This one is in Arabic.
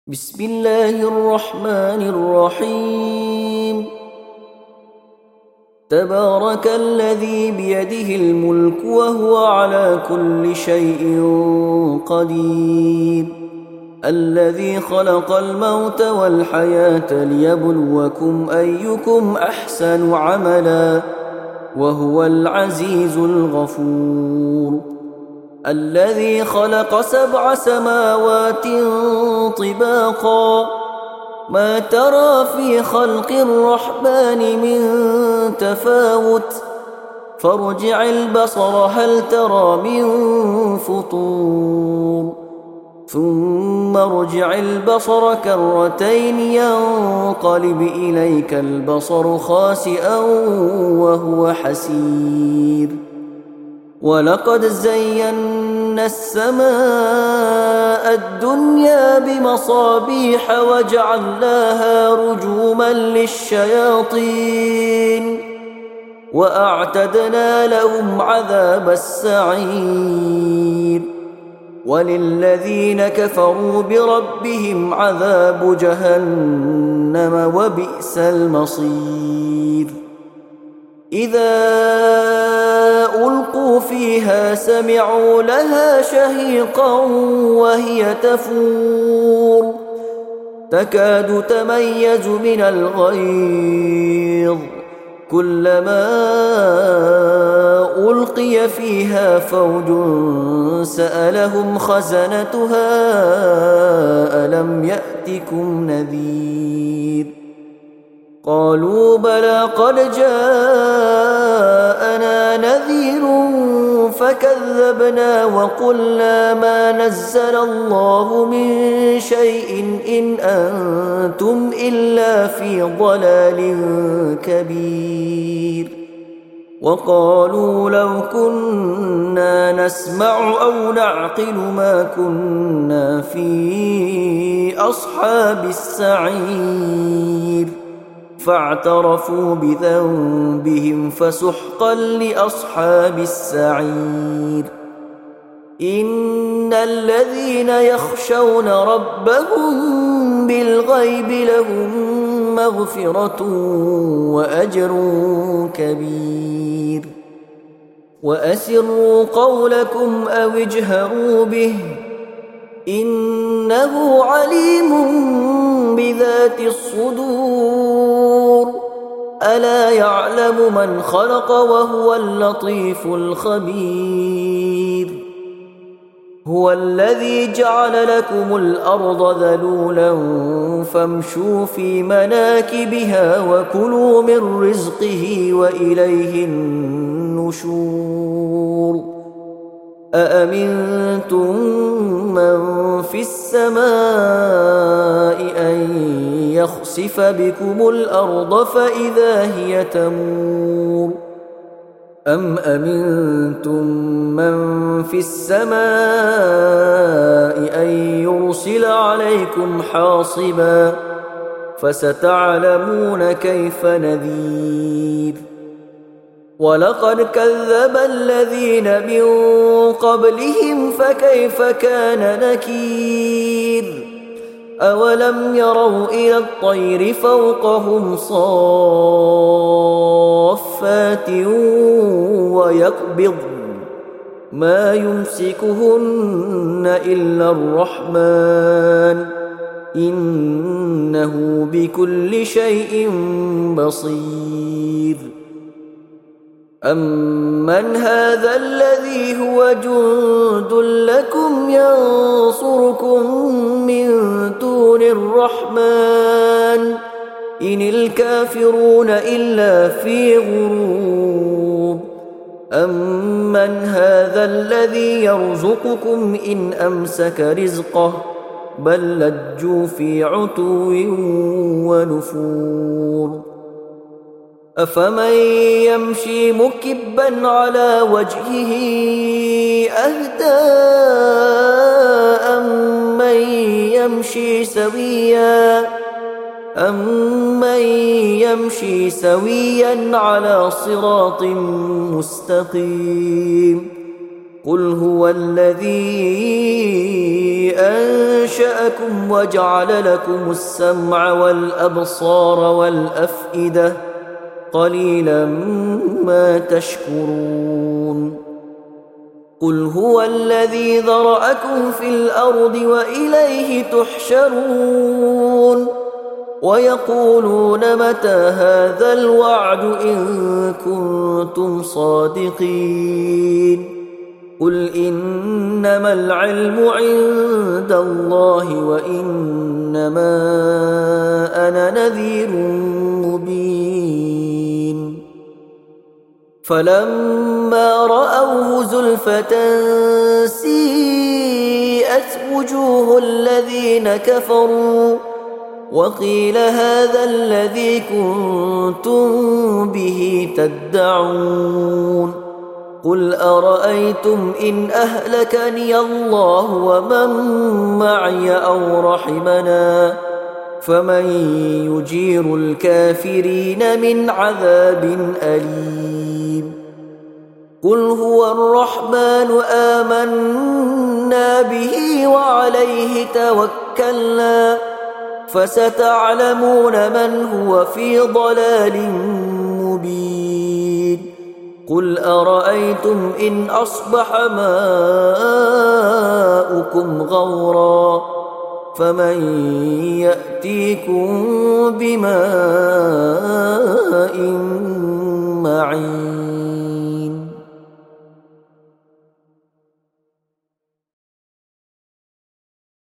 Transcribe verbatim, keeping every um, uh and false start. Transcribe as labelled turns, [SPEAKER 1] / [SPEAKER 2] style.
[SPEAKER 1] بسم الله الرحمن الرحيم. تبارك الذي بيده الملك وهو على كل شيء قدير، الذي خلق الموت والحياة ليبلوكم أيكم أحسن عملا وهو العزيز الغفور، الذي خلق سبع سماوات طباقا ما ترى في خلق الرحمن من تفاوت فارجع البصر هل ترى من فطور ثم ارجع البصر كرتين ينقلب إليك البصر خاسئا وهو حسير، ولقد زينا السماء الدنيا بمصابيح وجعلناها رجوما للشياطين وأعتدنا لهم عذاب السعير، وللذين كفروا بربهم عذاب جهنم وبئس المصير. إذا ألقوا فيها سمعوا لها شهيقا وهي تفور تكاد تميز من الغيظ، كلما ألقي فيها فوج سألهم خزنتها ألم يأتكم نذير، قالوا بلى قد جاءنا نذير فكذبنا وقلنا ما نزل الله من شيء إن أنتم إلا في ضلال كبير، وقالوا لو كنا نسمع أو نعقل ما كنا في أصحاب السعير، فاعترفوا بذنبهم فسحقا لأصحاب السعير. إن الذين يخشون ربهم بالغيب لهم مغفرة وأجر كبير، وأسروا قولكم أو اجهروا به إنه عليم بذات الصدور، ألا يعلم من خلق وهو اللطيف الخبير. هو الذي جعل لكم الأرض ذلولا فامشوا في مناكبها وكلوا من رزقه وإليه النشور. أأمنتم من في السماء أن يخسف بكم الأرض فإذا هي تمور، أم أمنتم من في السماء أن يرسل عليكم حاصبا فستعلمون كيف نذير. ولقد كذب الذين من قبلهم فكيف كان نكير، أولم يروا إلى الطير فوقهم صافات ويقبضن ما يمسكهن إلا الرحمن إنه بكل شيء بصير. أمن هذا الذي هو جند لكم ينصركم من دون الرحمن إن الكافرون إلا في غرور. أمن هذا الذي يرزقكم إن أمسك رزقه بل لجوا في عتو ونفور. أفمن يمشي مكبا على وجهه أهدى أمن يمشي سويا أمن يمشي سويا على صراط مستقيم قل هو الذي أنشأكم وجعل لكم السمع والأبصار والأفئدة قليلا ما تشكرون قل هو الذي ذرأكم في الأرض وإليه تحشرون ويقولون متى هذا الوعد إن كنتم صادقين قل إنما العلم عند الله وإنما أنا نذير مبين فلما رأوه زلفة سيئت وجوه الذين كفروا وقيل هذا الذي كنتم به تدعون قل أرأيتم إن أهلكني الله ومن معي أو رحمنا فمن يجير الكافرين من عذاب أليم قل هو الرحمن آمنا به وعليه توكلنا فستعلمون من هو في ضلال مبين قل أرأيتم إن أصبح ماؤكم غورا فمن يأتيكم بماء